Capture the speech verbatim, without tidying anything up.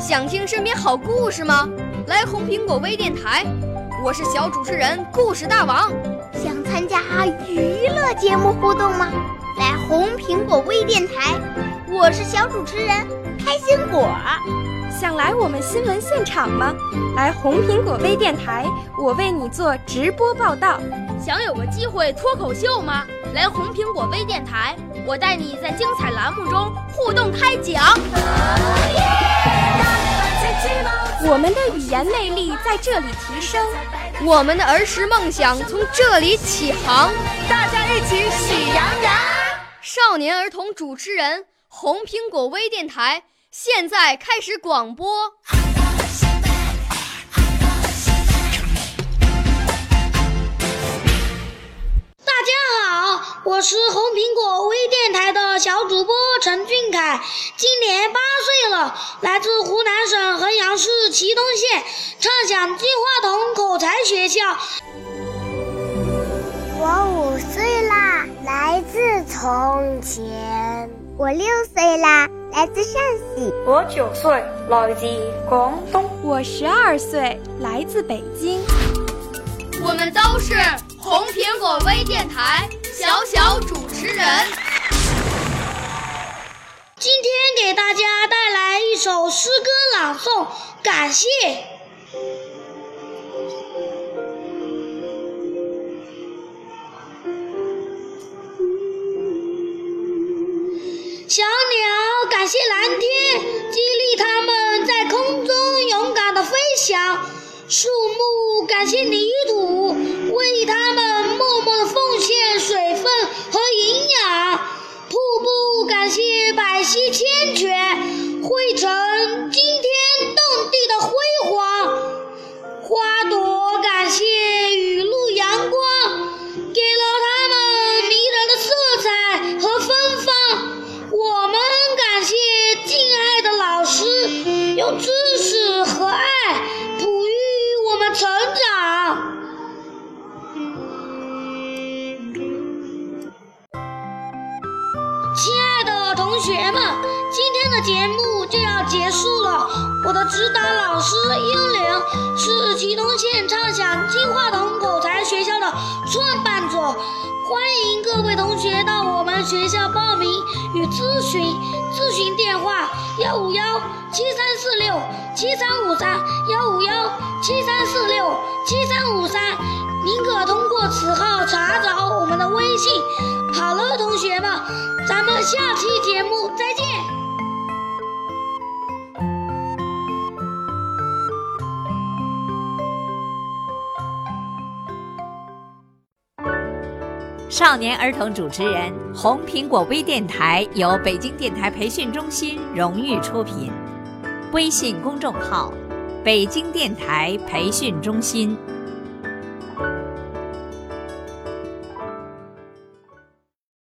想听身边好故事吗？来红苹果微电台，我是小主持人故事大王。 想参加娱乐节目互动吗？来红苹果微电台，我是小主持人开心果。 想来我们新闻现场吗？来红苹果微电台，我为你做直播报道。 想有个机会脱口秀吗？来红苹果微电台，我带你在精彩栏目中互动开讲。 我们的语言魅力在这里提升， 我们的儿时梦想从这里起航， 大家一起喜羊羊。 少年儿童主持人，红苹果微电台现在开始广播。 大家好，我是红苹果微电台的小主播陈俊凯，今年八岁了，来自湖南省衡阳市祁东县，畅想金话筒口才学校。 我五岁啦，来自从前。我六岁啦，来自陕西。 我九岁，来自广东。 我十二岁，来自北京。 我们都是红苹果微电台小小主持人。 今天给大家带来一首诗歌朗诵，感谢。小鸟感谢蓝天，激励它们在空中勇敢地飞翔。树木感谢泥土，为它们默默地奉献水分和营养。瀑布感谢百溪千泉，汇成惊天动地的辉煌。花朵感谢雨露阳光，给了它们迷人的色彩和芬芳。我们感谢敬爱的老师，用知识和爱哺育我们成长。亲爱的同学们，今天的节目就要结束了。我的指导老师英玲是祁东县畅想金话筒口才学校的创办者，欢迎各位同学到我们学校报名与咨询，咨询电话幺五幺七三四六七三五三幺五幺七三四六七三五三，您可通过此号查找我们的微信。好了，同学们，咱们下期节目再见。 少年儿童主持人，红苹果微电台由北京电台培训中心荣誉出品，微信公众号：北京电台培训中心。